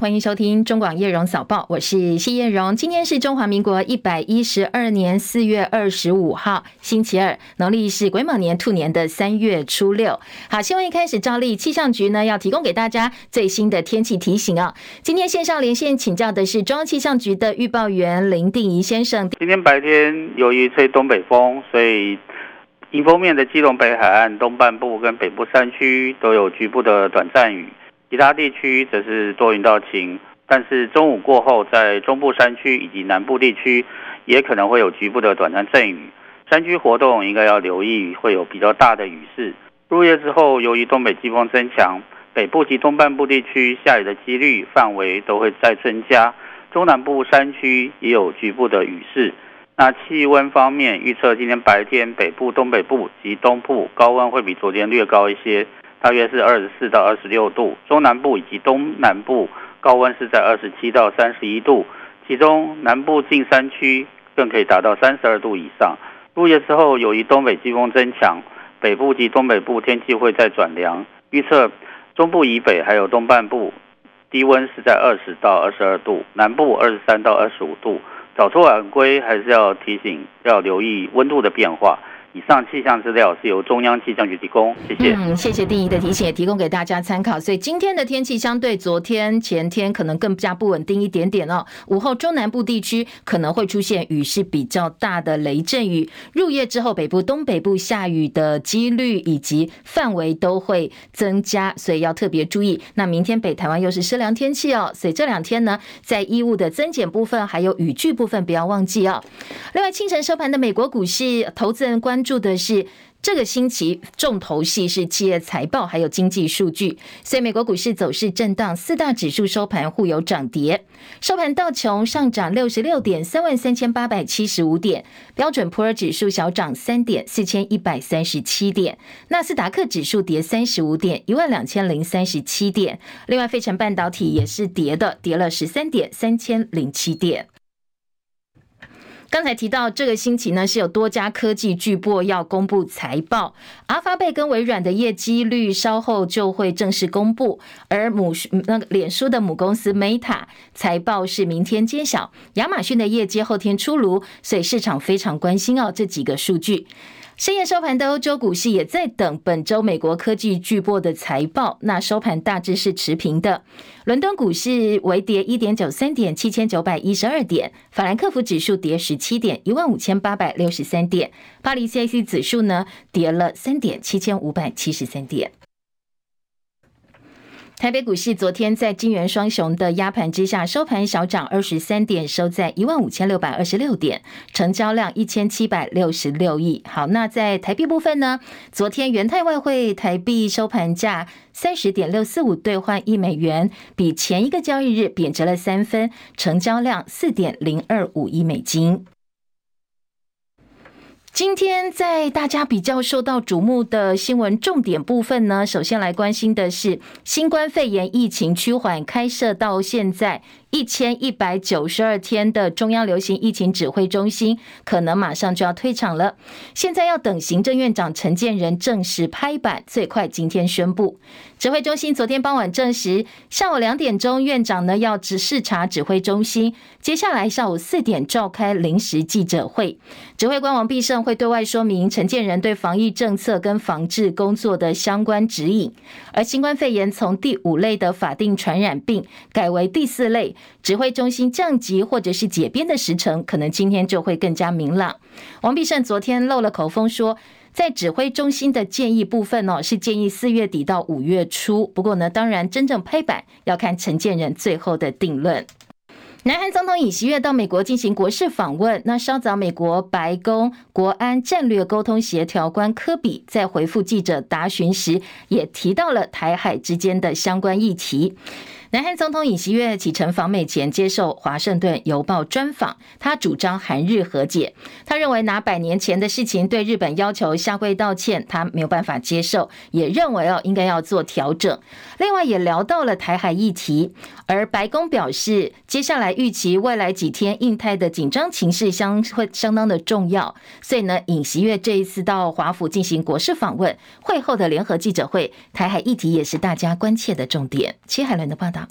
欢迎收听中广叶荣早报，我是谢叶荣。今天是中华民国112年4月25号，星期二，农历是癸卯年兔年的3月初6。好，新闻一开始，照例气象局呢要提供给大家最新的天气提醒啊。今天线上连线请教的是中央气象局的预报员林定仪先生。 今天白天由于吹东北风，所以迎风面的基隆北海岸东半部跟北部山区都有局部的短暂雨。其他地区则是多云到晴，但是中午过后，在中部山区以及南部地区也可能会有局部的短暂阵雨。山区活动应该要留意会有比较大的雨势。入夜之后，由于东北季风增强，北部及东半部地区下雨的几率范围都会再增加，中南部山区也有局部的雨势。那气温方面，预测今天白天北部、东北部及东部高温会比昨天略高一些，大约是24到26度，中南部以及东南部高温是在27到31度，其中南部近山区更可以达到32度以上。入夜之后，由于东北季风增强，北部及东北部天气会再转凉，预测中部以北还有东半部低温是在20到22度，南部23到25度。早出晚归还是要提醒要留意温度的变化。以上气象资料是由中央气象局提供，谢谢。 谢谢定仪的提醒，也提供给大家参考。所以今天的天气相对昨天、前天可能更加不稳定一点点哦。午后中南部地区可能会出现雨势比较大的雷阵雨，入夜之后北部、东北部下雨的几率以及范围都会增加，所以要特别注意。那明天北台湾又是湿凉天气哦，所以这两天呢，在衣物的增减部分还有雨具部分不要忘记哦。另外，清晨收盘的美国股市，投资人关注的是这个星期重头戏是企业财报还有经济数据，所以美国股市走势震荡，四大指数收盘互有涨跌。收盘道琼上涨66点，33875点；标准普尔指数小涨3点，4137点；纳斯达克指数跌35点，12037点。另外，费城半导体也是跌的，跌了13点，3007点。刚才提到这个星期呢，是有多家科技巨擘要公布财报，阿发贝跟微软的业绩率稍后就会正式公布，而脸书的母公司 Meta 财报是明天揭晓，亚马逊的业绩后天出炉，所以市场非常关心这几个数据。深夜收盘的欧洲股市也在等本周美国科技巨擘的财报，那收盘大致是持平的。伦敦股市微跌 1.93 点，7912点；法兰克福指数跌17点，15863点；巴黎 CAC 指数呢跌了3点，7573点。台北股市昨天在金元双雄的压盘之下，收盘小涨23点，收在15626点，成交量1766亿。好，那在台币部分呢，昨天元泰外汇台币收盘价30.645兑换1美元，比前一个交易日贬值了3分，成交量4.025亿美金。今天在大家比较受到瞩目的新闻重点部分呢，首先来关心的是新冠肺炎疫情趋缓，开设到现在1192天的中央流行疫情指挥中心可能马上就要退场了，现在要等行政院长陈建仁正式拍板，最快今天宣布。指挥中心昨天傍晚证实，下午2点钟院长呢要视察指挥中心，接下来下午4点召开临时记者会，指挥官王必胜会对外说明陈建仁对防疫政策跟防治工作的相关指引。而新冠肺炎从第5类的法定传染病改为第4类，指挥中心降级或者是解编的时程可能今天就会更加明朗。王必胜昨天漏了口风说，在指挥中心的建议部分是建议4月底到5月初，不过呢，当然真正拍板要看陈建仁最后的定论。南韩总统尹锡悦到美国进行国事访问，那稍早美国白宫国安战略沟通协调官科比在回复记者答询时，也提到了台海之间的相关议题。南韩总统尹锡悦启程访美前接受华盛顿邮报专访，他主张韩日和解，他认为拿100年前的事情对日本要求下跪道歉，他没有办法接受，也认为应该要做调整。另外也聊到了台海议题，而白宫表示接下来预期未来几天印太的紧张情势会相当的重要，所以呢，尹锡悦这一次到华府进行国事访问，会后的联合记者会，台海议题也是大家关切的重点。戚海伦的报道。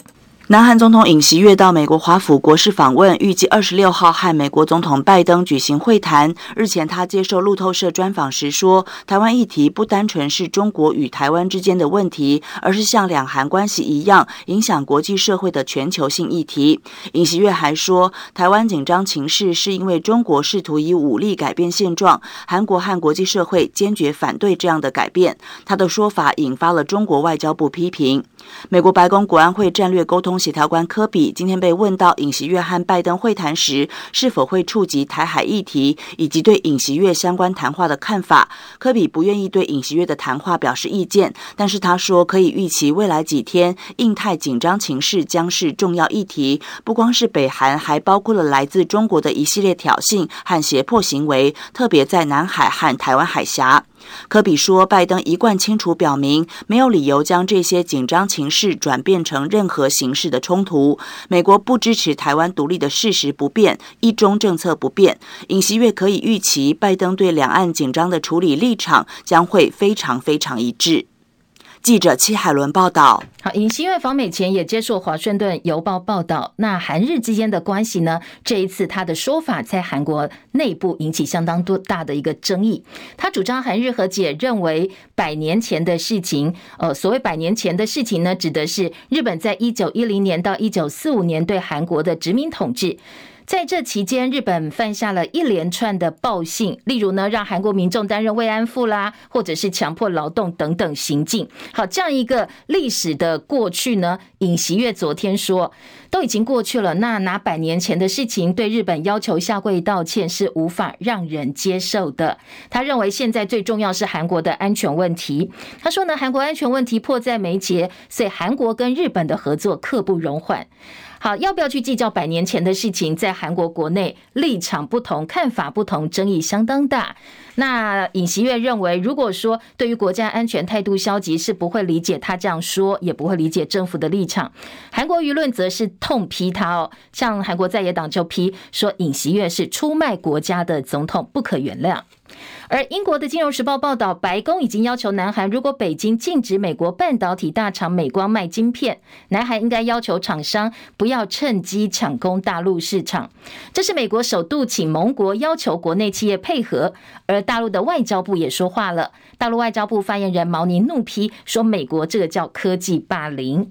南韩总统尹锡悦到美国华府国事访问，预计26号和美国总统拜登举行会谈。日前他接受路透社专访时说，台湾议题不单纯是中国与台湾之间的问题，而是像两韩关系一样影响国际社会的全球性议题。尹锡悦还说，台湾紧张情势是因为中国试图以武力改变现状，韩国和国际社会坚决反对这样的改变。他的说法引发了中国外交部批评。美国白宫国安会战略沟通协调官科比今天被问到尹锡悦和拜登会谈时是否会触及台海议题，以及对尹锡悦相关谈话的看法。科比不愿意对尹锡悦的谈话表示意见，但是他说可以预期未来几天印太紧张情势将是重要议题，不光是北韩，还包括了来自中国的一系列挑衅和胁迫行为，特别在南海和台湾海峡。科比说，拜登一贯清楚表明，没有理由将这些紧张情势转变成任何形式的冲突。美国不支持台湾独立的事实不变，一中政策不变。尹锡悦可以预期，拜登对两岸紧张的处理立场将会非常一致。记者戚海伦报道。 好，尹锡悦访美前也接受华盛顿邮报报道，那韩日之间的关系呢，这一次他的说法在韩国内部引起相当大的一个争议。他主张韩日和解，认为100年前的事情，所谓100年前的事情呢，指的是日本在1910年到1945年对韩国的殖民统治。在这期间，日本犯下了一连串的暴行，例如呢，让韩国民众担任慰安妇啦，或者是强迫劳动等等行径。好，这样一个历史的过去呢，尹锡悦昨天说，都已经过去了，那拿100年前的事情对日本要求下跪道歉是无法让人接受的。他认为现在最重要是韩国的安全问题。他说呢，韩国安全问题迫在眉睫，所以韩国跟日本的合作刻不容缓。好，要不要去计较100年前的事情，在韩国国内立场不同，看法不同，争议相当大。那尹锡悦认为，如果说对于国家安全态度消极，是不会理解他这样说，也不会理解政府的立场。韩国舆论则是痛批他哦，像韩国在野党就批说尹锡悦是出卖国家的总统，不可原谅。而英国的《金融时报》报道，白宫已经要求南韩，如果北京禁止美国半导体大厂美光卖晶片，南韩应该要求厂商不要趁机抢攻大陆市场。这是美国首度请盟国要求国内企业配合，而大陆的外交部也说话了。大陆外交部发言人毛宁怒批说，美国这个叫科技霸凌。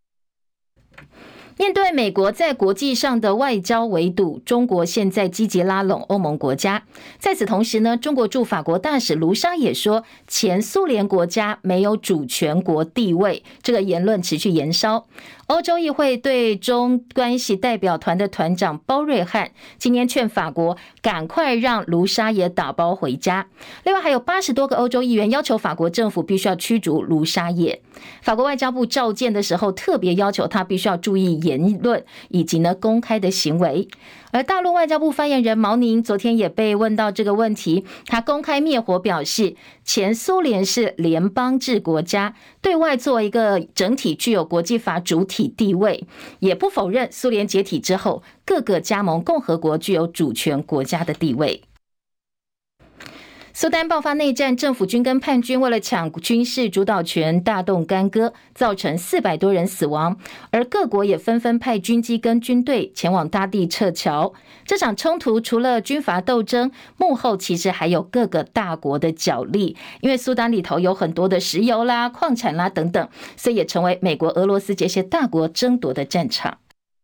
面对美国在国际上的外交围堵，中国现在积极拉拢欧盟国家。在此同时呢，中国驻法国大使卢沙也说，前苏联国家没有主权国地位，这个言论持续延烧。欧洲议会对中关系代表团的团长包瑞汉今年劝法国赶快让卢沙也打包回家。另外还有80多个欧洲议员要求法国政府必须要驱逐卢沙也。法国外交部召见的时候特别要求他必须要注意言论以及呢公开的行为。而大陆外交部发言人毛宁昨天也被问到这个问题，他公开灭火表示，前苏联是联邦制国家，对外做一个整体具有国际法主体地位，也不否认苏联解体之后各个加盟共和国具有主权国家的地位。苏丹爆发内战，政府军跟叛军为了抢军事主导权大动干戈，造成400多人死亡，而各国也纷纷派军机跟军队前往大地撤侨。这场冲突除了军阀斗争，幕后其实还有各个大国的角力，因为苏丹里头有很多的石油啦、矿产啦等等，所以也成为美国、俄罗斯这些大国争夺的战场。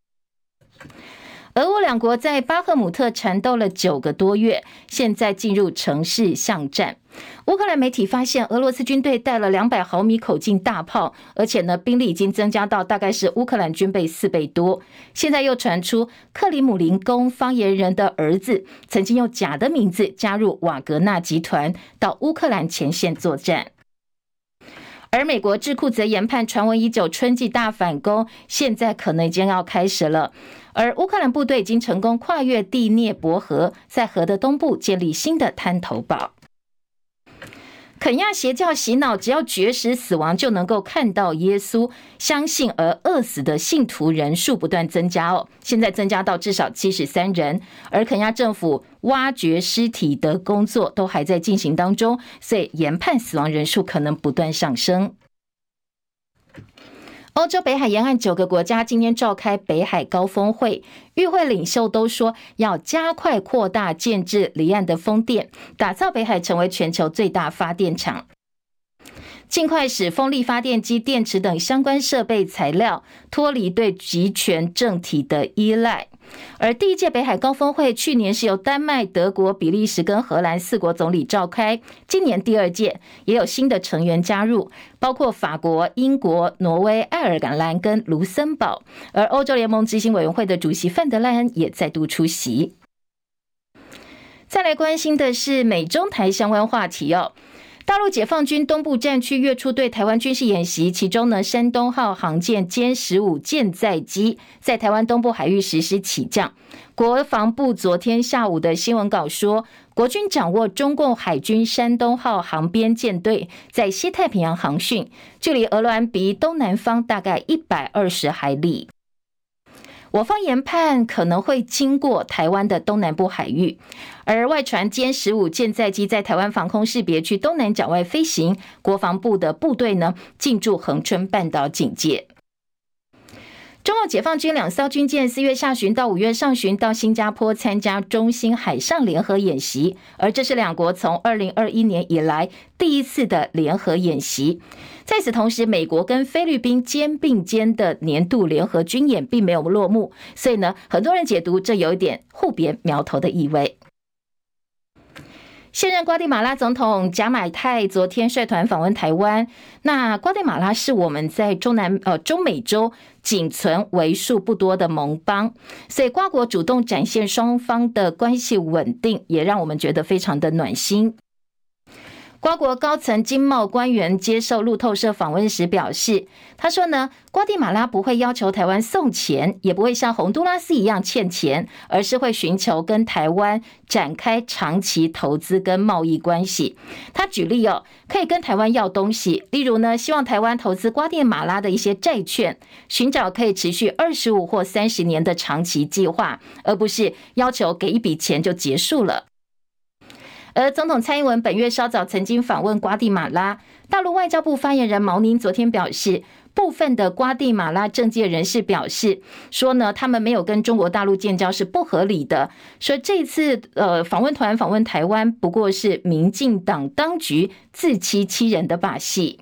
俄乌两国在巴赫姆特缠斗了9个多月，现在进入城市巷战。乌克兰媒体发现，俄罗斯军队带了200毫米口径大炮，而且呢，兵力已经增加到大概是乌克兰军备4倍多。现在又传出克里姆林宫发言人的儿子曾经用假的名字加入瓦格纳集团，到乌克兰前线作战。而美国智库则研判，传闻已久春季大反攻现在可能已经要开始了。而乌克兰部队已经成功跨越第聂伯河，在河的东部建立新的滩头堡。肯亚邪教洗脑，只要绝食死亡就能够看到耶稣，相信而饿死的信徒人数不断增加哦，现在增加到至少73人。而肯亚政府挖掘尸体的工作都还在进行当中，所以研判死亡人数可能不断上升。 欧洲北海沿岸9个国家今天召开北海高峰会，与会领袖都说要加快扩大建制离岸的风电，打造北海成为全球最大发电厂，尽快使风力发电机、电池等相关设备材料脱离对集权政体的依赖。而第一届北海高峰会去年是由丹麦、德国、比利时跟荷兰4国总理召开，今年第2届也有新的成员加入，包括法国、英国、挪威、爱尔兰跟卢森堡。而欧洲联盟执行委员会的主席范德赖恩也再度出席。再来关心的是美中台相关话题哦。大陆解放军东部战区月初对台湾军事演习，其中呢，山东号航舰歼15舰载机在台湾东部海域实施起降。国防部昨天下午的新闻稿说，国军掌握中共海军山东号航编舰队在西太平洋航训，距离鹅銮鼻东南方大概120海里。我方研判可能会经过台湾的东南部海域，而外传歼15舰载机在台湾防空识别区东南角外飞行，国防部的部队呢进驻恒春半岛警戒。中共解放军2艘军舰4月下旬到5月上旬到新加坡参加中新海上联合演习，而这是两国从2021年以来第一次的联合演习。在此同时，美国跟菲律宾肩并肩的年度联合军演并没有落幕，所以呢，很多人解读这有一点互别苗头的意味。现任瓜地马拉总统贾马泰昨天率团访问台湾，那瓜地马拉是我们在中美洲仅存为数不多的盟邦，所以瓜国主动展现双方的关系稳定，也让我们觉得非常的暖心。瓜国高层经贸官员接受路透社访问时表示，他说呢，瓜地马拉不会要求台湾送钱，也不会像洪都拉斯一样欠钱，而是会寻求跟台湾展开长期投资跟贸易关系。他举例可以跟台湾要东西，例如呢，希望台湾投资瓜地马拉的一些债券，寻找可以持续25或30年的长期计划，而不是要求给一笔钱就结束了。而总统蔡英文本月稍早曾经访问瓜地马拉，大陆外交部发言人毛宁昨天表示，部分的瓜地马拉政界人士表示说呢，他们没有跟中国大陆建交是不合理的，说这次访问团访问台湾不过是民进党当局自欺欺人的把戏。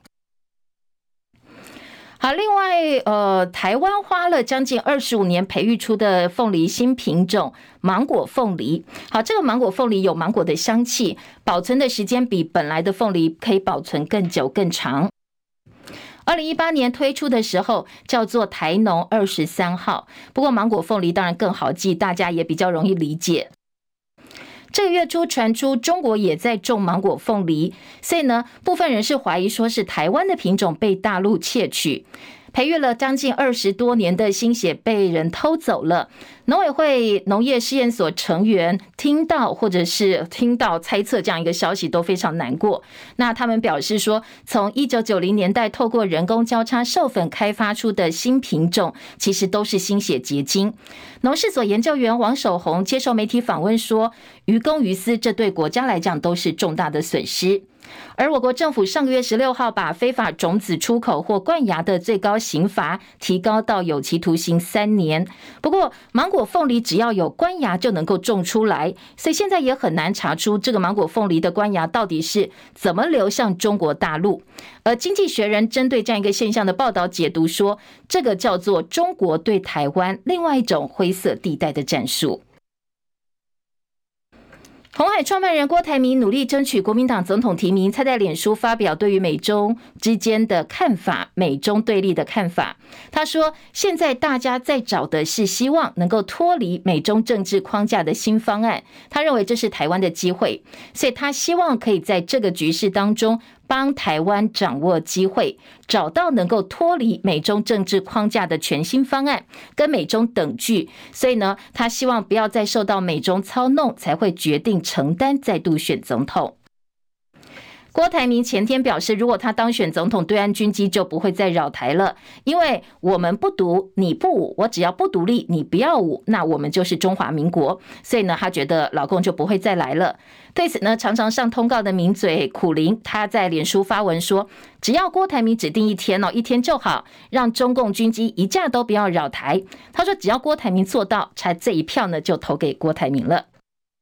好，另外台湾花了将近25年培育出的凤梨新品种芒果凤梨。好，这个芒果凤梨有芒果的香气，保存的时间比本来的凤梨可以保存更久更长。2018年推出的时候叫做台农23号，不过芒果凤梨当然更好记，大家也比较容易理解。这个月初传出中国也在种芒果凤梨，所以呢，部分人士怀疑说是台湾的品种被大陆窃取，培育了将近20多年的心血被人偷走了。农委会农业试验所成员听到猜测这样一个消息都非常难过。那他们表示说，从1990年代透过人工交叉授粉开发出的新品种，其实都是心血结晶。农事所研究员王守宏接受媒体访问说，于公于私，这对国家来讲都是重大的损失。而我国政府上个月16号把非法种子出口或灌芽的最高刑罚提高到有期徒刑3年。不过芒果凤梨只要有灌芽就能够种出来，所以现在也很难查出这个芒果凤梨的灌芽到底是怎么流向中国大陆。而经济学人针对这样一个现象的报道解读说，这个叫做中国对台湾另外一种灰色地带的战术。鸿海创办人郭台铭努力争取国民党总统提名，他在脸书发表对于美中之间的看法，美中对立的看法。他说，现在大家在找的是希望能够脱离美中政治框架的新方案，他认为这是台湾的机会，所以他希望可以在这个局势当中帮台湾掌握机会，找到能够脱离美中政治框架的全新方案，跟美中等距。所以呢，他希望不要再受到美中操弄，才会决定承担再度选总统。 郭台铭前天表示，如果他当选总统，对岸军机就不会再扰台了，因为我们不独，你不武，我只要不独立，你不要武，那我们就是中华民国。所以呢，他觉得老共就不会再来了。对此呢，常常上通告的名嘴苦苓，他在脸书发文说，只要郭台铭指定一天就好，让中共军机一架都不要扰台。他说，只要郭台铭做到，他这一票呢就投给郭台铭了。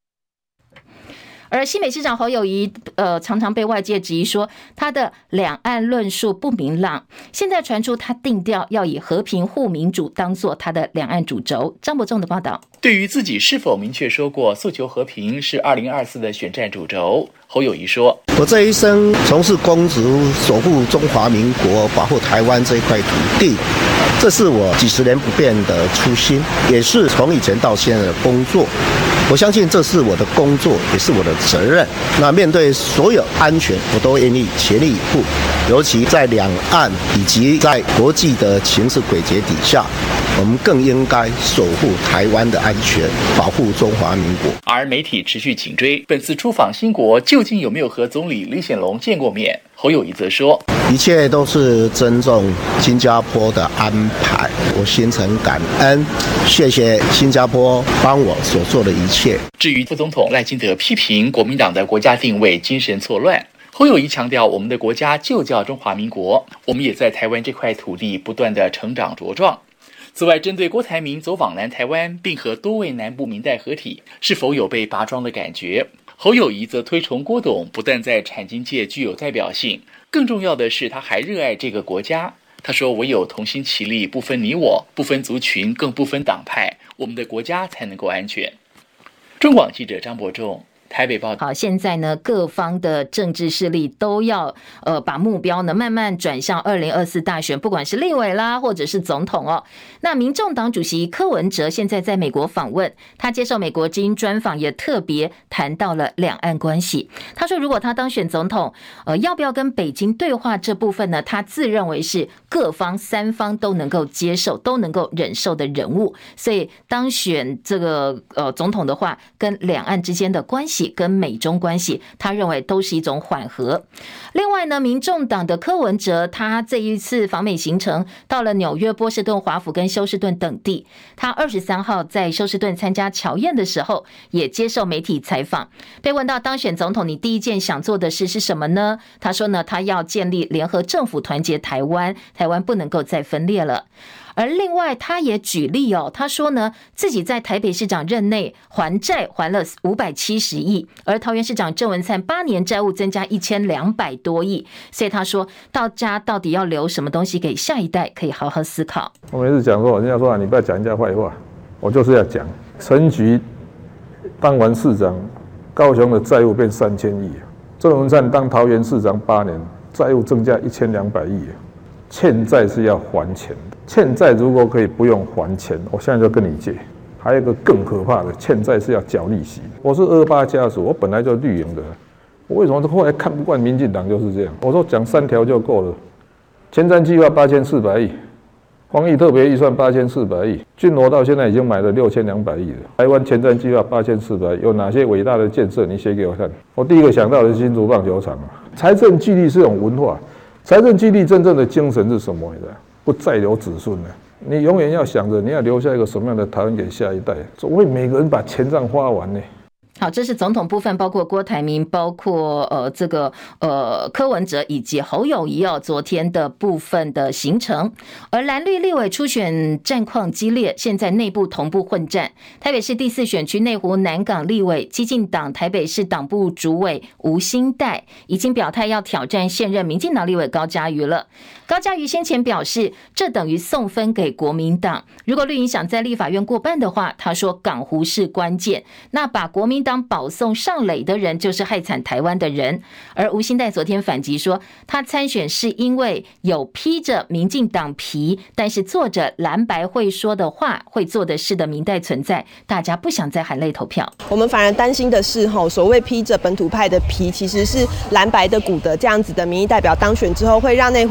而新北市长侯友宜常常被外界质疑说他的两岸论述不明朗，现在传出他定调要以和平护民主当作他的两岸主轴。张伯仲的报道。 对于自己是否明确说过诉求和平是2024的选战主轴，侯友宜说， 我这一生从事公职，守护中华民国，保护台湾这一块土地，这是我几十年不变的初心，也是从以前到现在的工作。我相信这是我的工作，也是我的责任。那面对所有安全，我都愿意全力以赴。尤其在两岸以及在国际的情势诡谲底下，我们更应该守护台湾的安全，保护中华民国。 而媒体持续紧追，本次出访新国究竟有没有和总理李显龙见过面？侯友宜则说， 一切都是尊重新加坡的安排，我心存感恩，谢谢新加坡帮我所做的一切。 至于副总统赖清德批评国民党的国家定位精神错乱，侯友宜强调，我们的国家就叫中华民国，我们也在台湾这块土地不断的成长茁壮。此外，针对郭台铭走访南台湾并和多位南部民代合体，是否有被拔桩的感觉？侯友宜则推崇郭董不但在产经界具有代表性，更重要的是他还热爱这个国家。他说，唯有同心齐力，不分你我，不分族群，更不分党派，我们的国家才能够安全。中广记者张伯仲台北报道。 好，现在呢，各方的政治势力都要把目标呢慢慢转向2024大选，不管是立委啦，或者是总统哦。那民众党主席柯文哲现在在美国访问，他接受美国之音专访，也特别谈到了两岸关系。他说，如果他当选总统，要不要跟北京对话这部分呢？他自认为是各方三方都能够接受、都能够忍受的人物，所以当选这个总统的话，跟两岸之间的关系。跟美中关系，他认为都是一种缓和。另外呢，民众党的柯文哲，他这一次访美行程到了纽约、波士顿、华府跟休斯顿等地。他23号在休斯顿参加侨宴的时候，也接受媒体采访。被问到当选总统，你第一件想做的事是什么呢？他说呢，他要建立联合政府，团结台湾，台湾不能够再分裂了。而另外他也举例他说呢，自己在台北市长任内还债还了570亿，而桃园市长郑文灿8年债务增加1200多亿，所以他说到家到底要留什么东西给下一代，可以好好思考。 我每次讲说，人家说你不要讲人家坏话，我就是要讲陈菊当完市长，高雄的债务变3000亿，郑文灿当桃园市长8年，债务增加1200亿，欠债是要还钱的。欠债如果可以不用还钱，我现在就跟你借。还有一个更可怕的，欠债是要缴利息。我是28家属，我本来就绿营的，我为什么后来看不惯民进党就是这样？我说讲3条就够了。前瞻计划8400亿，防疫特别预算8400亿，俊罗到现在已经买了6200亿了。台湾前瞻计划8400亿，有哪些伟大的建设？你写给我看。我第一个想到的是新竹棒球场财政纪律是一种文化，财政纪律真正的精神是什么？不再留子孙了。你永远要想着你要留下一个什么样的台湾给下一代，总会每个人把钱这样花完呢。 好，这是总统部分，包括郭台铭，包括柯文哲以及侯友宜昨天的部分的行程。而蓝绿立委初选战况激烈，现在内部同步混战。台北市第4选区内湖南港立委基进党台北市党部主委吴欣岱已经表态要挑战现任民进党立委高嘉瑜了。高嘉瑜先前表示，这等于送分给国民党。如果绿营想在立法院过半的话，他说港湖是关键，那把国民党保送上垒的人就是害惨台湾的人。而吴欣岱昨天反击说，他参选是因为有披着民进党皮，但是做着蓝白会说的话会做的事的民代存在，大家不想再含泪投票。 我们反而担心的是所谓披着本土派的皮，其实是蓝白的骨的这样子的民意代表当选之后，会让内湖南港选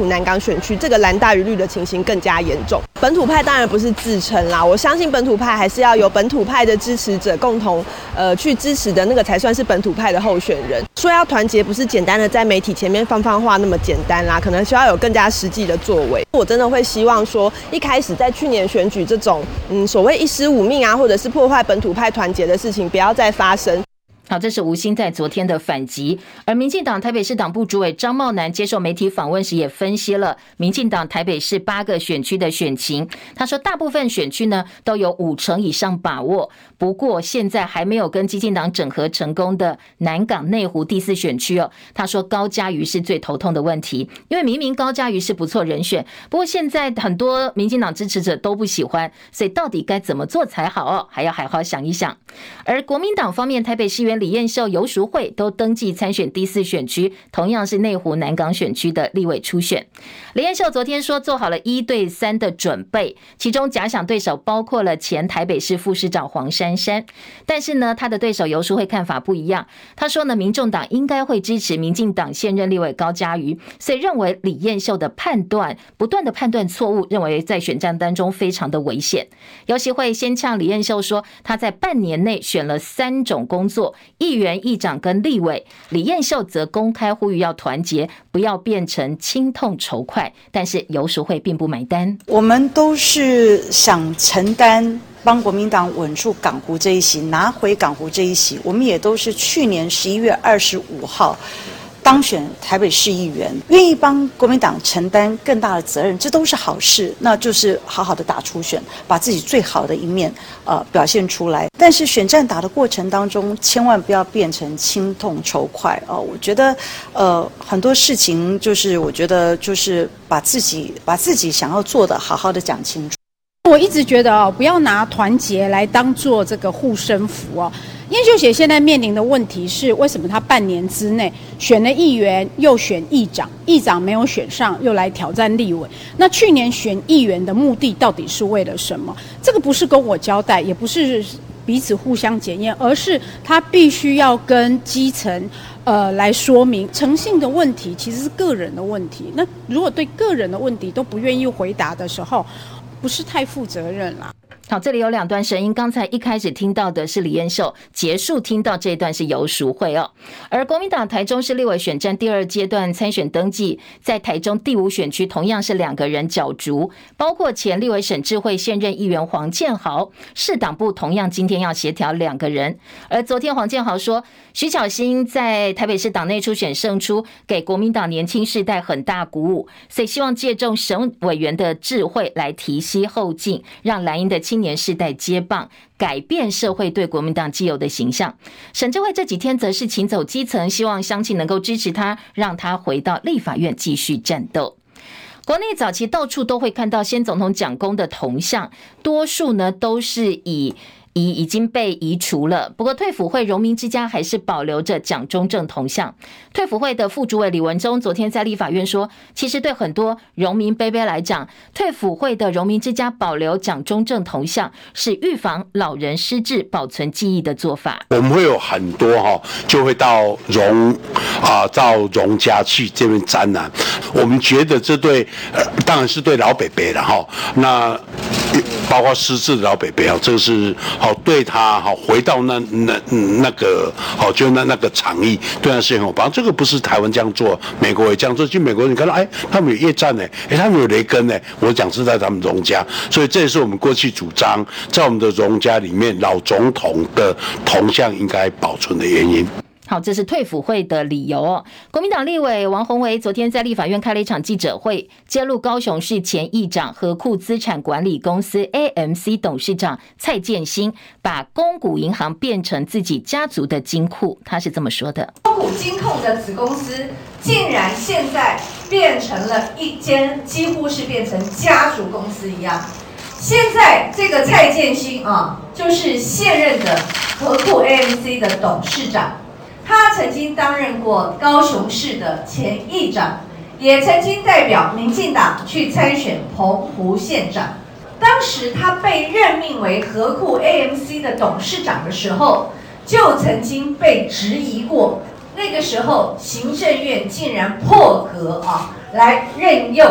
选区，这个蓝大于绿的情形更加严重。本土派当然不是自称啦，我相信本土派还是要有本土派的支持者共同去支持的那个才算是本土派的候选人。说要团结不是简单的在媒体前面放话那么简单啦，可能需要有更加实际的作为。我真的会希望说，一开始在去年选举这种所谓一尸五命啊，或者是破坏本土派团结的事情不要再发生。 好，这是吴欣在昨天的反击。而民进党台北市党部主委张茂南接受媒体访问时也分析了民进党台北市8个选区的选情。他说大部分选区呢都有50%以上把握，不过现在还没有跟基进党整合成功的南港内湖第4选区他说高嘉瑜是最头痛的问题，因为明明高嘉瑜是不错人选，不过现在很多民进党支持者都不喜欢，所以到底该怎么做才好还要好好想一想。而国民党方面，台北市议员李彦秀、游淑慧都登记参选第4选区，同样是内湖南港选区的立委初选。李彦秀昨天说做好了1对3的准备，其中假想对手包括了前台北市副市长黄珊珊，但是呢，他的对手游淑慧看法不一样。他说呢，民众党应该会支持民进党现任立委高嘉瑜，所以认为李彦秀的不断的判断错误，认为在选战当中非常的危险。游淑慧先呛李彦秀说，他在半年内选了3种工作，议员、议长跟立委。李彦秀则公开呼吁要团结，不要变成亲痛仇快，但是游淑慧并不买单。 我们都是想承担帮国民党稳住港湖这一席，拿回港湖这一席，我们也都是去年11月25号当选台北市议员，愿意帮国民党承担更大的责任，这都是好事。那就是好好的打初选，把自己最好的一面表现出来。但是选战打的过程当中，千万不要变成亲痛仇快我觉得很多事情就是我觉得就是把自己想要做的好好的讲清楚。 我一直觉得不要拿团结来当做这个护身符燕秀姐现在面临的问题是，为什么她半年之内选了议员，又选议长，议长没有选上，又来挑战立委？那去年选议员的目的到底是为了什么？这个不是跟我交代，也不是彼此互相检验，而是他必须要跟基层来说明。诚信的问题其实是个人的问题，那如果对个人的问题都不愿意回答的时候，不是太负责任啦。 好，这里有2段声音，刚才一开始听到的是李彦秀，结束听到这一段是游淑慧而国民党台中市立委选战第2阶段参选登记，在台中第5选区同样是2个人角逐，包括前立委沈智慧、现任议员黄建豪，市党部同样今天要协调2个人。而昨天黄建豪说，徐巧芯在台北市党内初选胜出，给国民党年轻世代很大鼓舞，所以希望借重省委员的智慧来提携后进，让蓝营的青年世代接棒，改变社会对国民党既有的形象。沈智慧这几天则是请走基层，希望乡亲能够支持他，让他回到立法院继续战斗。国内早期到处都会看到先总统蒋公的铜像，多数呢都是已经被移除了，不过退辅会荣民之家还是保留着蒋中正铜像。退辅会的副主委李文忠昨天在立法院说，其实对很多荣民伯伯来讲，退辅会的荣民之家保留蒋中正铜像是预防老人失智、保存记忆的做法。 我们会有很多就会到荣家去这边展览，我们觉得这对当然是对老伯伯了那包括失智的老伯伯这个是对他回到那个就那个场域，对他是很有帮助。这个不是台湾这样做，美国也这样做。去美国你看到他们有夜战他们有雷根我讲是在他们荣家，所以这也是我们过去主张，在我们的荣家里面老总统的铜像应该保存的原因。 好，这是退辅会的理由国民党立委王宏维昨天在立法院开了一场记者会，揭露高雄市前议长和库资产管理公司 AMC 董事长蔡建兴把公股银行变成自己家族的金库。他是这么说的： 公股金控的子公司竟然现在变成了一间几乎是变成家族公司一样。现在这个蔡建兴就是现任的和库 AMC 的董事长。他曾经担任过高雄市的前议长，也曾经代表民进党去参选澎湖县长。当时他被任命为和库 AMC 的董事长的时候，就曾经被质疑过。那个时候，行政院竟然破格来任用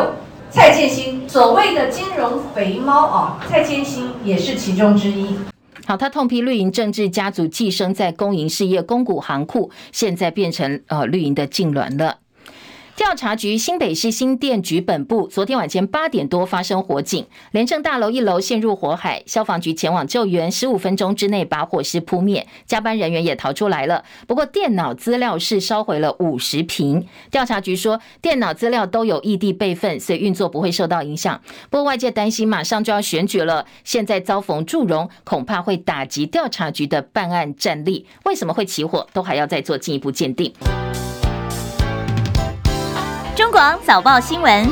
蔡建新，所谓的金融肥猫啊，蔡建新也是其中之一。 好，他痛批绿营政治家族寄生在公营事业公股行库，现在变成绿营的痉挛了。调查局新北市新店局本部昨天晚间8点多发生火警，联政大楼1楼陷入火海，消防局前往救援，15分钟之内把火势扑灭，加班人员也逃出来了。不过电脑资料室烧毁了50坪，调查局说电脑资料都有异地备份，所以运作不会受到影响。不过外界担心马上就要选举了，现在遭逢祝融，恐怕会打击调查局的办案战力。为什么会起火，都还要再做进一步鉴定。 中广早报新闻。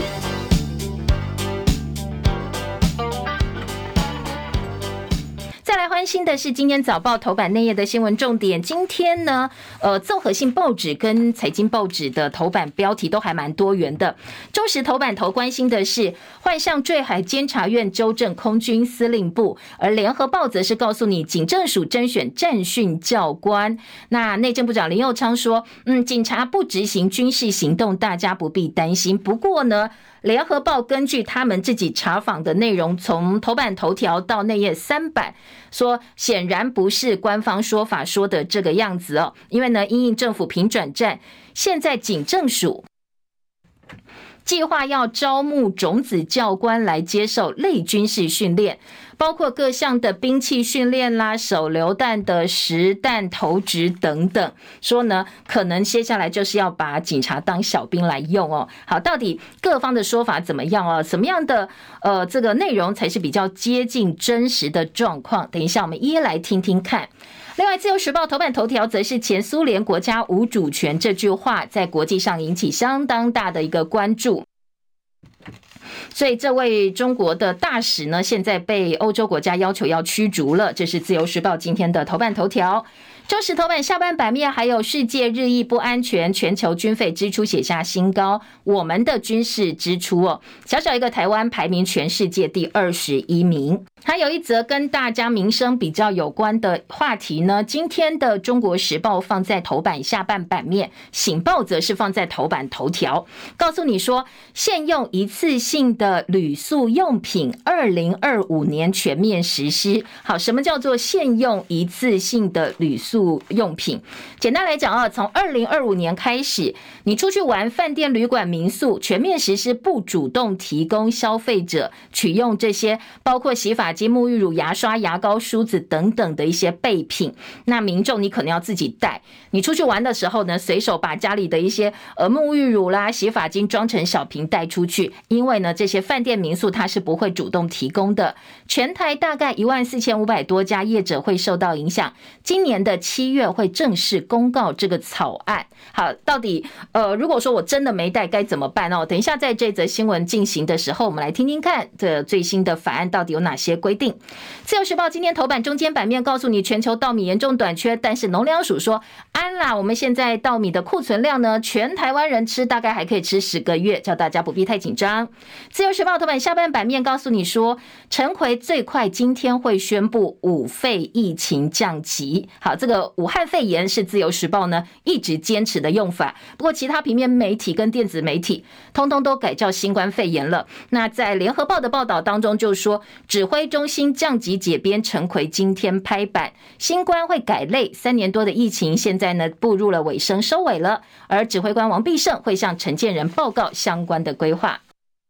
再来关心的是今天早报头版内页的新闻重点。今天呢，综合性报纸跟财经报纸的头版标题都还蛮多元的。中时头版头关心的是幻象坠海监察院纠正空军司令部，而联合报则是告诉你警政署甄选战训教官。那内政部长林右昌说，警察不执行军事行动，大家不必担心。不过呢，联合报根据他们自己查访的内容，从头版头条到内页3版，说显然不是官方说法说的这个样子哦。因为呢，因应政府平转战，现在警政署计划要招募种子教官来接受类军事训练，包括各项的兵器训练啦、手榴弹的实弹投掷等等。说呢，可能接下来就是要把警察当小兵来用哦。好，到底各方的说法怎么样哦？什么样的这个内容才是比较接近真实的状况？等一下我们一一来听听看。另外，自由时报头版头条则是前苏联国家无主权这句话在国际上引起相当大的一个关注。所以这位中国的大使呢，现在被欧洲国家要求要驱逐了，这是自由时报今天的头版头条。中时头版下半版面还有世界日益不安全，全球军费支出写下新高，我们的军事支出哦，小小一个台湾排名全世界第21名。还有一则跟大家民生比较有关的话题呢，今天的中国时报放在头版下半版面，醒报则是放在头版头条，告诉你说现用一次性的旅宿用品2025年全面实施。好，什么叫做现用一次性的旅宿用品？简单来讲啊，从2025年开始，你出去玩，饭店、旅馆、民宿全面实施不主动提供消费者取用这些包括洗发精、沐浴乳、牙刷、牙膏、梳子等等的一些备品。那民众你可能要自己带，你出去玩的时候呢，随手把家里的一些沐浴乳啦、洗发精装成小瓶带出去，因为呢这些饭店民宿它是不会主动提供的。全台大概14500多家业者会受到影响，今年的7月会正式公告这个草案。好，到底如果说我真的没带该怎么办哦？等一下在这则新闻进行的时候，我们来听听看这最新的法案到底有哪些规定。自由时报今天头版中间版面告诉你，全球稻米严重短缺，但是农粮署说安啦，我们现在稻米的库存量呢，全台湾人吃大概还可以吃10个月，叫大家不必太紧张。自由时报头版下半版面告诉你说，陈奎最快今天会宣布武肺疫情降级。好，这个武汉肺炎是自由时报呢一直坚持的用法，不过其他平面媒体跟电子媒体通通都改叫新冠肺炎了。那在联合报的报道当中就说，指挥中心降级解编陈奎今天拍板，新冠会改类，3年多的疫情现在呢步入了尾声，收尾了，而指挥官王必胜会向陈建仁报告相关的规划。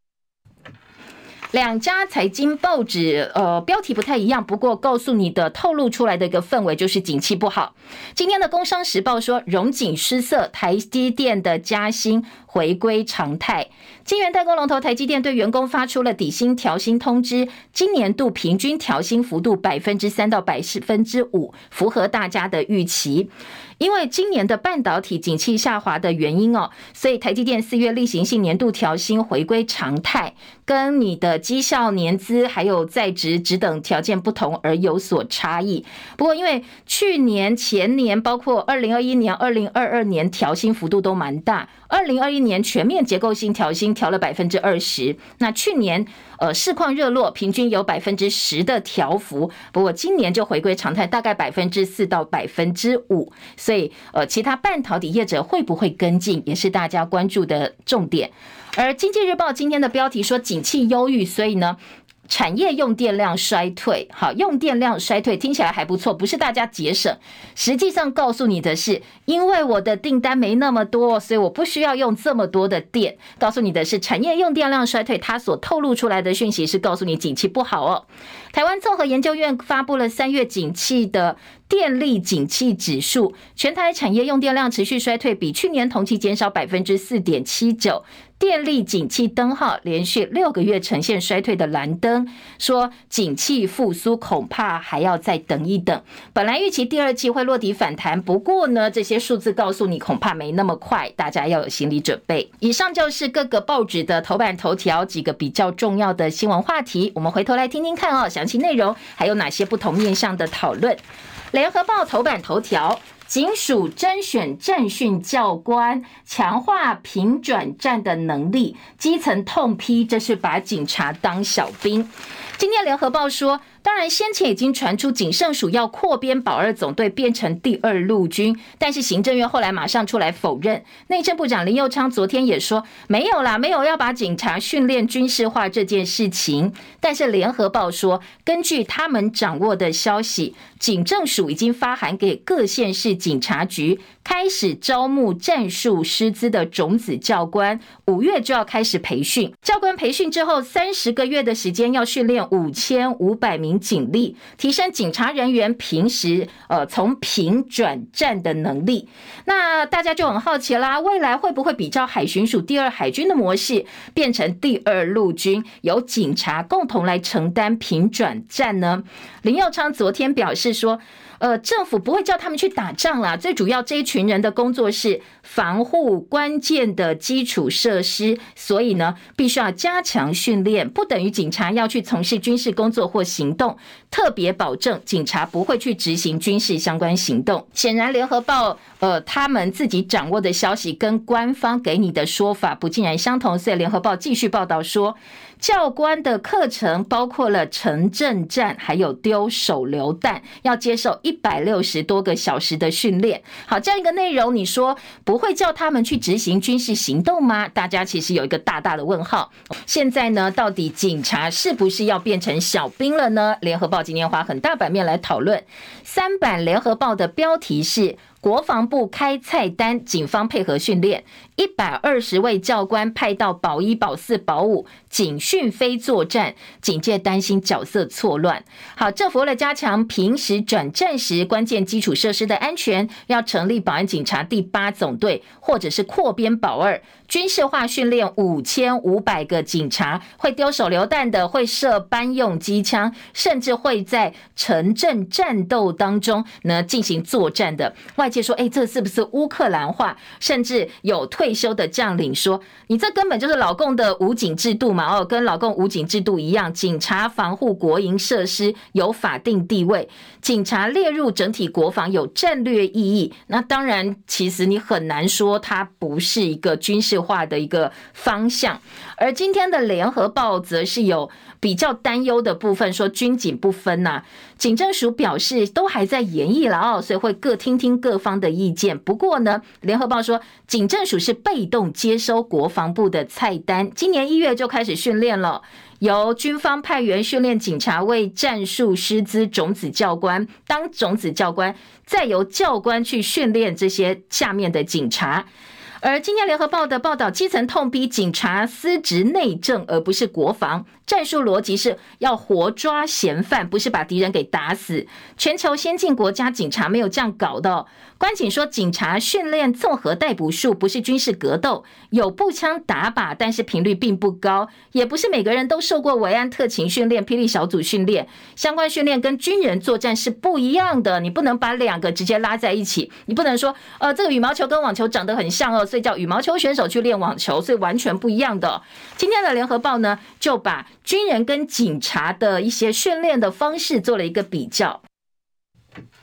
两家财经报纸标题不太一样，不过告诉你的透露出来的一个氛围就是景气不好。今天的工商时报说荣景失色，台积电的加薪回归常态。晶圆代工龙头台积电对员工发出了底薪调薪通知，今年度平均调薪幅度3%到5%，符合大家的预期。因为今年的半导体景气下滑的原因哦，所以台积电4月例行性年度调薪回归常态，跟你的绩效、年资还有在职职等条件不同而有所差异。不过因为去年、前年包括2021年、2022年调薪幅度都蛮大 2021年全面结构性调薪调了20%，那去年市况热络，平均有10%的调幅，不过今年就回归常态，大概4%到5%，所以其他半导体业者会不会跟进，也是大家关注的重点。而经济日报今天的标题说景气忧郁，所以呢产业用电量衰退，好，用电量衰退听起来还不错，不是大家节省，实际上告诉你的是，因为我的订单没那么多，所以我不需要用这么多的电。告诉你的是，产业用电量衰退，它所透露出来的讯息是告诉你景气不好哦。台湾综合研究院发布了3月景气的电力景气指数，全台产业用电量持续衰退，比去年同期减少4.79%。电力景气灯号连续6个月呈现衰退的蓝灯，说景气复苏恐怕还要再等一等。本来预期第2季会落底反弹，不过呢，这些数字告诉你恐怕没那么快，大家要有心理准备。以上就是各个报纸的头版头条几个比较重要的新闻话题，我们回头来听听看哦，详细内容还有哪些不同面向的讨论。联合报头版头条，警署甄选战训教官，强化平转站的能力，基层痛批这是把警察当小兵。今天联合报说，当然先前已经传出警政署要扩编保2总队变成第2陆军，但是行政院后来马上出来否认。内政部长林右昌昨天也说没有啦，没有要把警察训练军事化这件事情。但是联合报说，根据他们掌握的消息，警政署已经发函给各县市警察局，开始招募战术师资的种子教官，5月就要开始培训。教官培训之后30个月的时间要训练5500名警力，提升警察人员平时从平转战的能力。那大家就很好奇啦，未来会不会比照海巡署第2海军的模式，变成第2陆军，由警察共同来承担平转战呢？林右昌昨天表示说，政府不会叫他们去打仗啦，最主要这一群人的工作是防护关键的基础设施，所以呢，必须要加强训练，不等于警察要去从事军事工作或行动，特别保证警察不会去执行军事相关行动。显然联合报他们自己掌握的消息跟官方给你的说法不尽然相同，所以联合报继续报道说，教官的课程包括了城镇战，还有丢手榴弹，要接受160多个小时的训练。好，这样一个内容，你说不会叫他们去执行军事行动吗？大家其实有一个大大的问号。现在呢，到底警察是不是要变成小兵了呢？联合报今天花很大版面来讨论。3版联合报的标题是，国防部开菜单，警方配合训练，120位教官派到保1、保4、保5，警训非作战，警界担心角色错乱。好，政府为了加强平时转战时关键基础设施的安全，要成立保安警察第8总队，或者是扩编保2，军事化训练5500个警察，会丢手榴弹的，会射班用机枪，甚至会在城镇战斗当中呢进行作战的。外界说，这是不是乌克兰化？甚至有退休的将领说，你这根本就是老共的武警制度嘛！跟老共武警制度一样，警察防护国营设施有法定地位，警察列入整体国防有战略意义。那当然，其实你很难说它不是一个军事化的一个方向。而今天的联合报则是有比较担忧的部分，说军警不分啊。警政署表示都还在研议了所以会各听听各方的意见。不过呢，联合报说警政署是被动接收国防部的菜单，今年1月就开始训练了，由军方派员训练警察为战术师资种子教官当种子教官，再由教官去训练这些下面的警察。而今天联合报的报道，基层痛批警察司职内政而不是国防，战术逻辑是要活抓嫌犯，不是把敌人给打死。全球先进国家警察没有这样搞的官警说，警察训练综合逮捕术，不是军事格斗，有步枪打靶，但是频率并不高，也不是每个人都受过维安特勤训练、霹雳小组训练，相关训练跟军人作战是不一样的，你不能把2个直接拉在一起，你不能说这个羽毛球跟网球长得很像所以叫羽毛球选手去练网球，所以完全不一样的。今天的联合报呢，就把军人跟警察的一些训练的方式做了一个比较。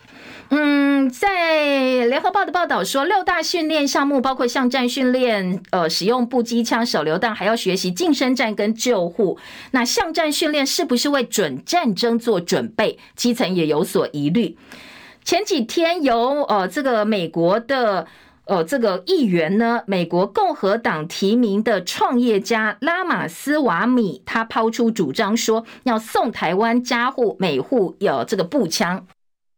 在联合报的报道说，6大训练项目包括巷战训练，使用步机枪、手榴弹，还要学习近身战跟救护。那巷战训练是不是为准战争做准备？基层也有所疑虑。前几天由这个美国的这个议员呢，美国共和党提名的创业家拉马斯瓦米，他抛出主张说，要送台湾家户每户有这个步枪，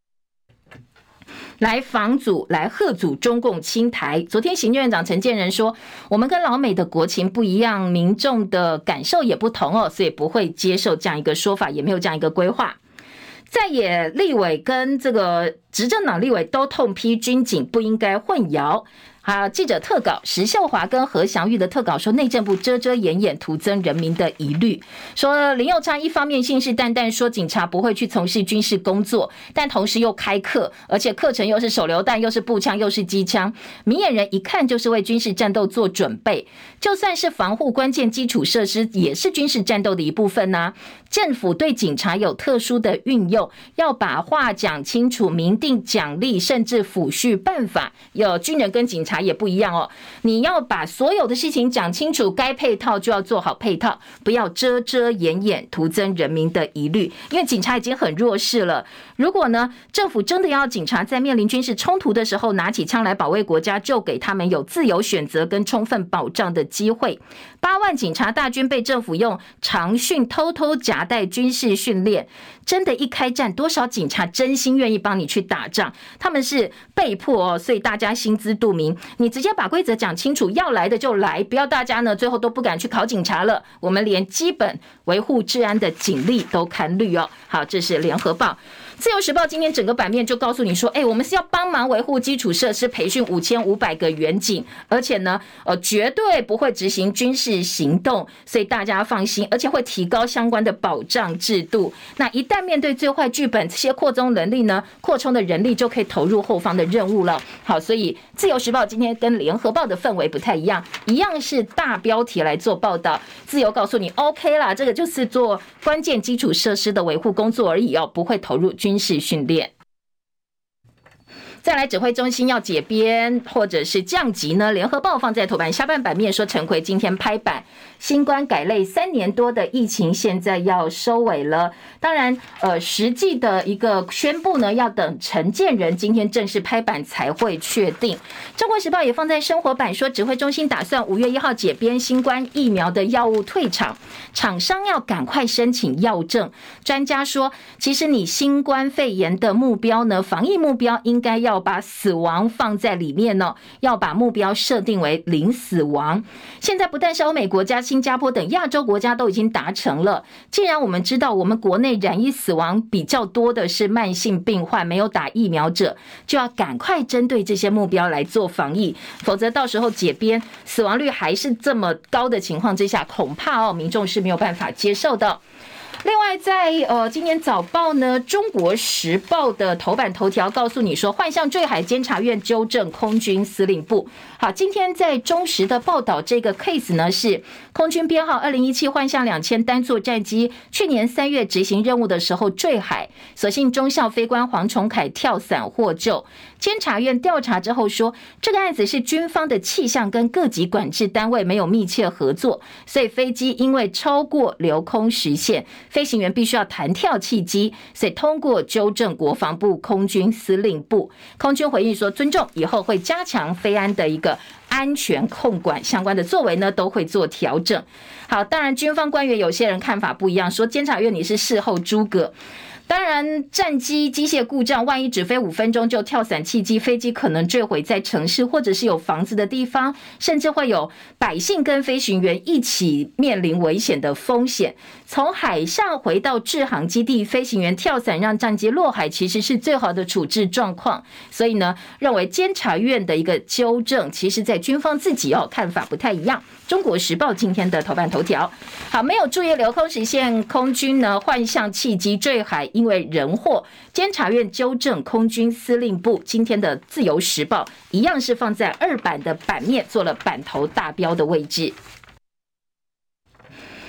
来防阻、来吓阻中共侵台。昨天行政院长陈建仁说，我们跟老美的国情不一样，民众的感受也不同所以不会接受这样一个说法，也没有这样一个规划。在野立委跟这个执政党立委都痛批军警不应该混淆。记者特稿石秀华跟何祥玉的特稿说，内政部遮遮掩掩，徒增人民的疑虑。说林右昌一方面信誓旦旦说警察不会去从事军事工作，但同时又开课，而且课程又是手榴弹，又是步枪，又是机枪，明眼人一看就是为军事战斗做准备。就算是防护关键基础设施，也是军事战斗的一部分啊。政府对警察有特殊的运用，要把话讲清楚，明定奖励，甚至抚恤办法。有军人跟警察也不一样你要把所有的事情讲清楚，该配套就要做好配套，不要遮遮掩掩，徒增人民的疑虑。因为警察已经很弱势了，如果呢政府真的要警察在面临军事冲突的时候拿起枪来保卫国家，就给他们有自由选择跟充分保障的机会。8万警察大军被政府用长训偷偷夹带军事训练，真的一开战，多少警察真心愿意帮你去打仗？他们是被迫所以大家心知肚明。你直接把规则讲清楚，要来的就来，不要大家呢最后都不敢去考警察了。我们连基本维护治安的警力都看绿好，这是联合报。自由时报今天整个版面就告诉你说，我们是要帮忙维护基础设施，培训5500个员警，而且呢，绝对不会执行军事行动，所以大家放心，而且会提高相关的保障制度。那一旦面对最坏剧本，这些扩充能力呢，扩充的人力就可以投入后方的任务了。好，所以自由时报今天跟联合报的氛围不太一样，一样是大标题来做报道。自由告诉你 OK 啦，这个就是做关键基础设施的维护工作而已不会投入军事训练。再来，指挥中心要解编或者是降级呢？联合报放在头版下半版面说，陈奎今天拍板，新冠改类3年多的疫情现在要收尾了。当然，实际的一个宣布呢，要等陈建仁今天正式拍板才会确定。中国时报也放在生活版说，指挥中心打算5月1号解编新冠疫苗的药物退场，厂商要赶快申请药证。专家说，其实你新冠肺炎的目标呢，防疫目标应该要把死亡放在里面要把目标设定为0死亡。现在不但是欧美国家、新加坡等亚洲国家都已经达成了。既然我们知道我们国内染疫死亡比较多的是慢性病患，没有打疫苗者，就要赶快针对这些目标来做防疫，否则到时候解编死亡率还是这么高的情况之下，恐怕民众是没有办法接受的。另外在今年早报呢，中国时报的头版头条告诉你说，幻象坠海，监察院纠正空军司令部。好，今天在中时的报道，这个 case 呢是空军编号2017幻象2000单座战机，去年3月执行任务的时候坠海，所幸中校飞官黄崇凯跳伞获救。监察院调查之后说，这个案子是军方的气象跟各级管制单位没有密切合作，所以飞机因为超过留空时限，飞行员必须要弹跳弃机，所以通过纠正国防部空军司令部。空军回应说，尊重，以后会加强飞安的一个安全控管，相关的作为呢都会做调整。好，当然军方官员有些人看法不一样，说监察院你是事后诸葛。当然战机机械故障，万一只飞5分钟就跳伞弃机，飞机可能坠毁在城市或者是有房子的地方，甚至会有百姓跟飞行员一起面临危险的风险。从海上回到制航基地，飞行员跳伞让战机落海，其实是最好的处置状况。所以呢，认为监察院的一个纠正，其实在军方自己看法不太一样。中国时报今天的头版头条，好，没有注意留空时限，空军呢幻象弃机坠海，因为人祸，监察院纠正空军司令部。今天的自由时报一样是放在2版的版面，做了版头大标的位置。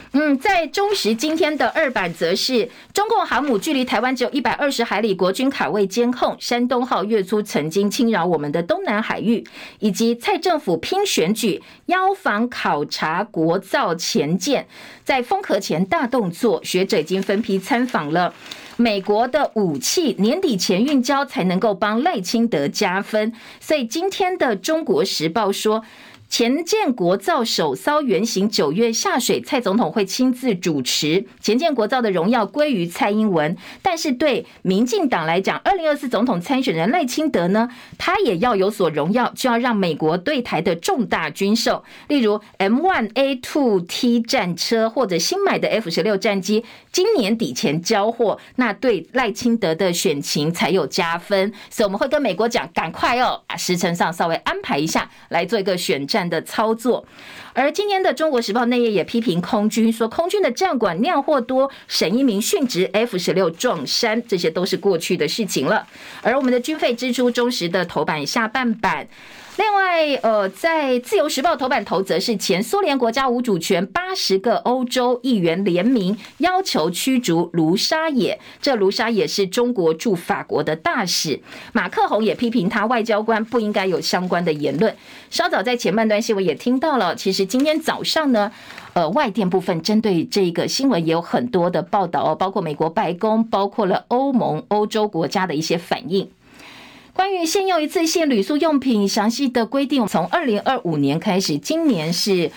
在中时今天的2版则是中共航母距离台湾只有120海里，国军卡位监控，山东号月初曾经侵扰我们的东南海域，以及蔡政府拼选举邀访考察国造潜舰，在封壳前大动作，学者已经分批参访了美国的武器，年底前运交才能够帮赖清德加分。所以今天的中国时报说，潜舰国造首艘原型9月下水，蔡总统会亲自主持。潜舰国造的荣耀归于蔡英文，但是对民进党来讲，2024总统参选人赖清德呢，他也要有所荣耀，就要让美国对台的重大军售，例如 M1A2T 战车或者新买的 F-16 战机，今年底前交货，那对赖清德的选情才有加分。所以我们会跟美国讲，赶快时程上稍微安排一下，来做一个选战的操作。而今天的中国时报内页也批评空军，说空军的战管酿祸多，沈一鸣殉职 F-16 撞山，这些都是过去的事情了。而我们的军费支出，中时的头版下半版。另外，在自由时报头版头则是前苏联国家无主权80个欧洲议员联名要求驱逐卢沙野，这卢沙野是中国驻法国的大使，马克宏也批评他外交官不应该有相关的言论。稍早在前半段新闻也听到了，其实今天早上呢，外电部分针对这个新闻也有很多的报道包括美国白宫，包括了欧盟、欧洲国家的一些反应。关于现用一次性铝塑用品详细的规定，从2025年开始，今年是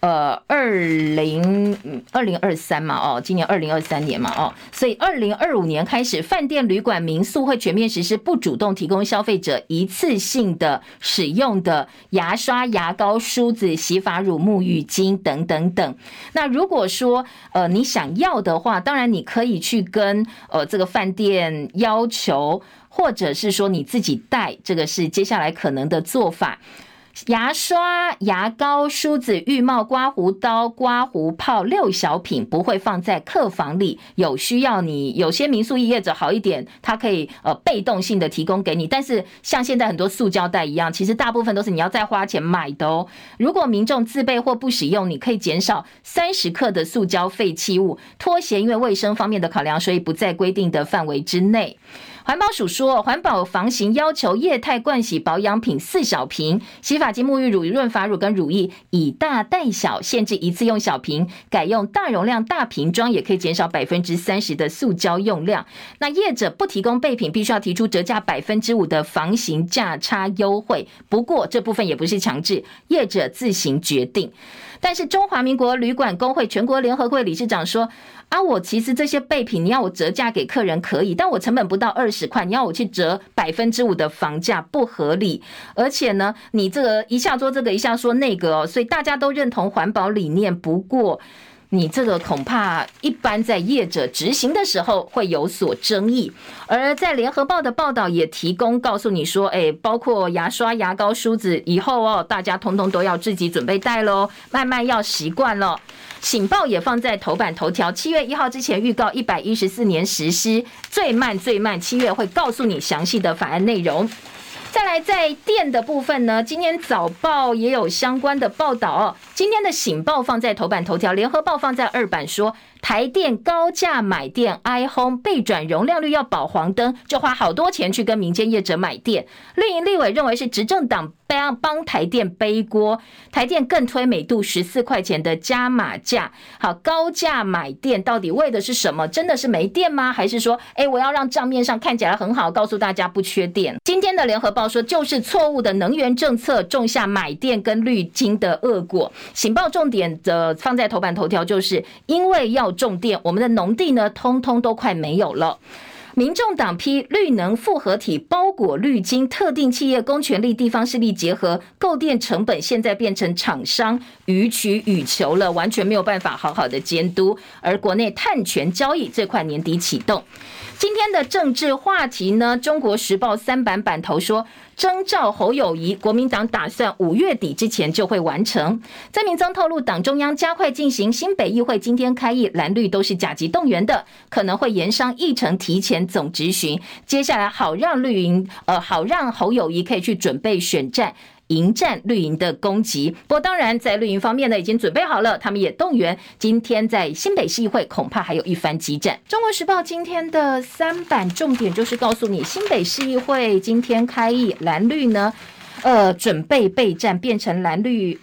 2023嘛今年2023年嘛所以2025年开始，饭店、旅馆、民宿会全面实施不主动提供消费者一次性的使用的牙刷、牙膏、梳子、洗发乳、沐浴巾等等等。那如果说你想要的话，当然你可以去跟这个饭店要求，或者是说你自己带，这个是接下来可能的做法。牙刷、牙膏、梳子、浴帽、刮胡刀、刮胡泡6小品不会放在客房里，有需要你有些民宿业者好一点，它可以被动性的提供给你，但是像现在很多塑胶袋一样，其实大部分都是你要再花钱买的如果民众自备或不使用，你可以减少30克的塑胶废弃物。拖鞋因为卫生方面的考量，所以不在规定的范围之内。环保署说，环保防型要求液态盥洗保养品4小瓶，洗发精、沐浴乳、润发乳跟乳液以大代小，限制一次用小瓶，改用大容量大瓶装，也可以减少30%的塑胶用量。那业者不提供备品，必须要提出折价5%的防型价差优惠，不过这部分也不是强制，业者自行决定。但是中华民国旅馆工会全国联合会理事长说，我其实这些备品你要我折价给客人可以，但我成本不到20块，你要我去折5%的房价不合理。而且呢，你这个一下说这个一下说那个所以大家都认同环保理念，不过你这个恐怕一般在业者执行的时候会有所争议。而在联合报的报道也提供告诉你说，包括牙刷、牙膏、梳子，以后大家通通都要自己准备带咯，慢慢要习惯了。醒报也放在头版头条，7月1号之前预告114年实施，最慢7月会告诉你详细的法案内容。再来，在电的部分呢，今天早报也有相关的报道今天的醒报放在头版头条，联合报放在2版说，台电高价买电 iHome 备转容量率要保黄灯，就花好多钱去跟民间业者买电。绿营立委认为是执政党帮台电背锅，台电更推每度14块钱的加码价。好，高价买电到底为的是什么？真的是没电吗？还是说我要让账面上看起来很好，告诉大家不缺电？今天的联合报说，就是错误的能源政策种下买电跟绿金的恶果。醒报重点的放在头版头条，就是因为要种电，我们的农地呢通通都快没有了。民众党批绿能复合体包裹绿金，特定企业公权力地方势力结合，购电成本现在变成厂商予取予求了，完全没有办法好好的监督。而国内碳权交易最快年底启动。今天的政治话题呢，中国时报3版版头说，征召侯友宜，国民党打算5月底之前就会完成。曾明宗透露，党中央加快进行新北议会今天开议，蓝绿都是甲级动员的，可能会延商议程提前总质询，接下来好让侯友宜可以去准备选战。 迎战绿营的攻击。不过当然在绿营方面呢已经准备好了，他们也动员今天在新北市议会恐怕还有一番激战。中国时报今天的3版重点就是告诉你，新北市议会今天开议，蓝绿呢准备备战，变成蓝绿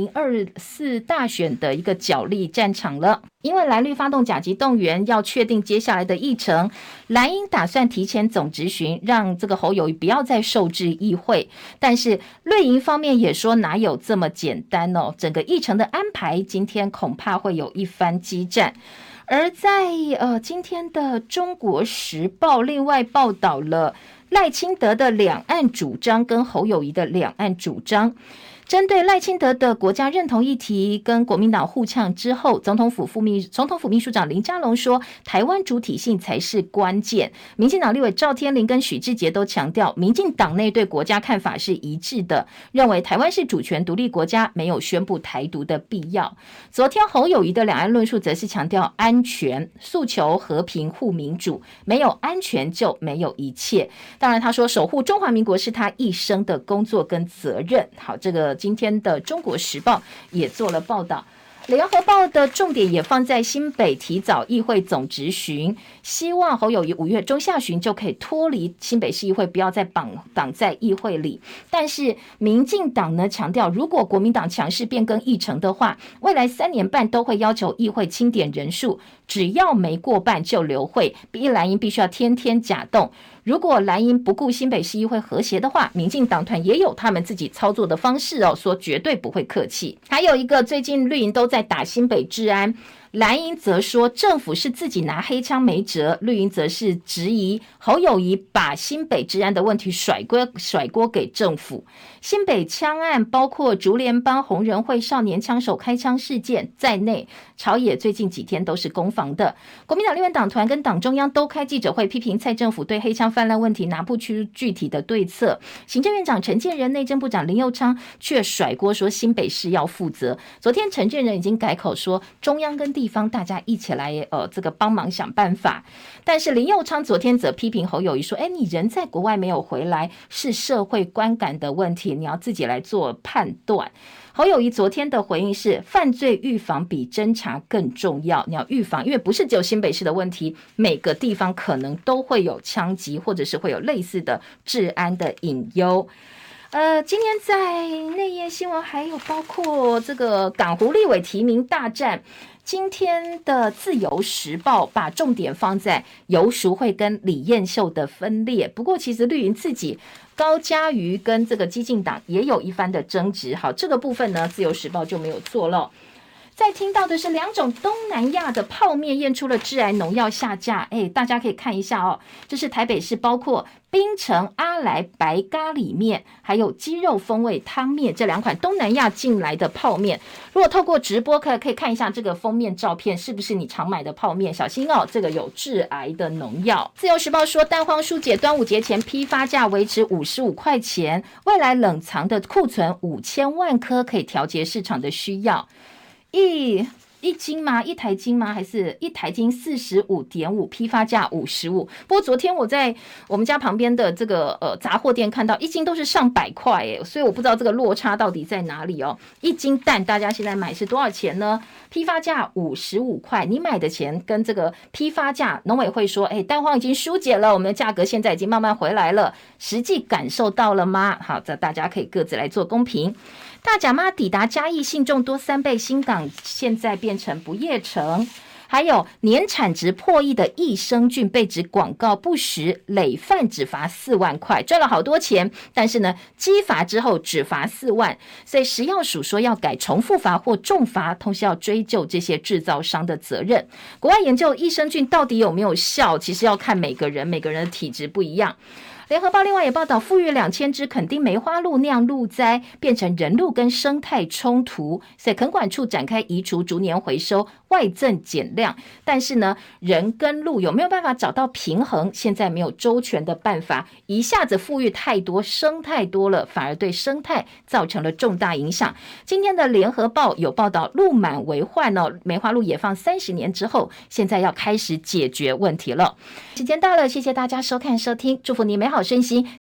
2024大选的一个角力战场了。因为蓝绿发动甲级动员，要确定接下来的议程，蓝营打算提前总质询，让这个侯友宜不要再受制议会。但是绿营方面也说哪有这么简单哦，整个议程的安排今天恐怕会有一番激战。而在今天的中国时报另外报道了赖清德的两岸主张跟侯友宜的两岸主张。针对赖清德的国家认同议题跟国民党互呛之后，总统府秘书长林佳龙说，台湾主体性才是关键。民进党立委赵天麟跟许智杰都强调，民进党内对国家看法是一致的，认为台湾是主权独立国家，没有宣布台独的必要。昨天侯友宜的两岸论述则是强调安全，诉求和平护民主，没有安全就没有一切。当然他说守护中华民国是他一生的工作跟责任。好，这个今天的中国时报也做了报道，联合报的重点也放在新北提早议会总质询，希望侯友宜5月中下旬就可以脱离新北市议会，不要再绑在议会里。但是民进党呢强调，如果国民党强势变更议程的话，未来3年半都会要求议会清点人数，只要没过半就留会，逼蓝营必须要天天假动。如果蓝营不顾新北市议会和谐的话，民进党团也有他们自己操作的方式哦，说绝对不会客气。还有一个，最近绿营都在打新北治安，蓝营则说政府是自己拿黑枪没辙，绿营则是质疑侯友宜把新北治安的问题甩锅给政府。新北枪案包括竹联帮、红人会少年枪手开枪事件在内，朝野最近几天都是攻防的。国民党立院党团跟党中央都开记者会，批评蔡政府对黑枪泛滥问题拿不出具体的对策。行政院长陈建仁、内政部长林右昌却甩锅说新北市要负责。昨天陈建仁已经改口说中央跟地方大家一起来这个帮忙想办法。但是林右昌昨天则批评侯友宜说，你人在国外没有回来，是社会观感的问题，你要自己来做判断。侯友宜昨天的回应是，犯罪预防比侦查更重要，你要预防，因为不是只有新北市的问题，每个地方可能都会有枪击或者是会有类似的治安的隐忧。今天在内页新闻还有包括这个港湖立委提名大战。今天的自由时报把重点放在游淑慧跟李彦秀的分裂，不过其实绿营自己高嘉瑜跟这个基进党也有一番的争执。好，这个部分呢自由时报就没有做了。再听到的是2种东南亚的泡面验出了致癌农药下架，大家可以看一下哦。这是台北市包括槟城阿来白咖喱面还有鸡肉风味汤面这2款东南亚进来的泡面。如果透过直播可以看一下这个封面照片，是不是你常买的泡面，小心哦，这个有致癌的农药。自由时报说，蛋荒疏解，端午节前批发价维持55块钱，未来冷藏的库存5000万颗可以调节市场的需要。一斤吗？一台斤吗？还是一台斤45.5，批发价55。不过昨天我在我们家旁边的这个杂货店看到一斤都是上100块所以我不知道这个落差到底在哪里哦。一斤蛋大家现在买是多少钱呢？批发价55块，你买的钱跟这个批发价，农委会说蛋荒已经疏解了，我们的价格现在已经慢慢回来了，实际感受到了吗？好，这大家可以各自来做公平。大甲妈抵达嘉义，信众多3倍，新港现在变成不夜城。还有年产值破亿的益生菌被指广告不实，累犯只罚4万块，赚了好多钱，但是呢稽罚之后只罚4万，所以食药署说要改重复罚或重罚，同时要追究这些制造商的责任。国外研究益生菌到底有没有效，其实要看每个人的体质不一样。联合报另外也报道，富裕2000只垦丁梅花鹿酿鹿灾，变成人鹿跟生态冲突，所以垦管处展开移除，逐年回收，外赠减量。但是呢，人跟鹿有没有办法找到平衡？现在没有周全的办法，一下子富裕太多，生太多了，反而对生态造成了重大影响。今天的联合报有报道，鹿满为患哦，梅花鹿野放30年之后，现在要开始解决问题了。时间到了，谢谢大家收看收听，祝福你美好身心，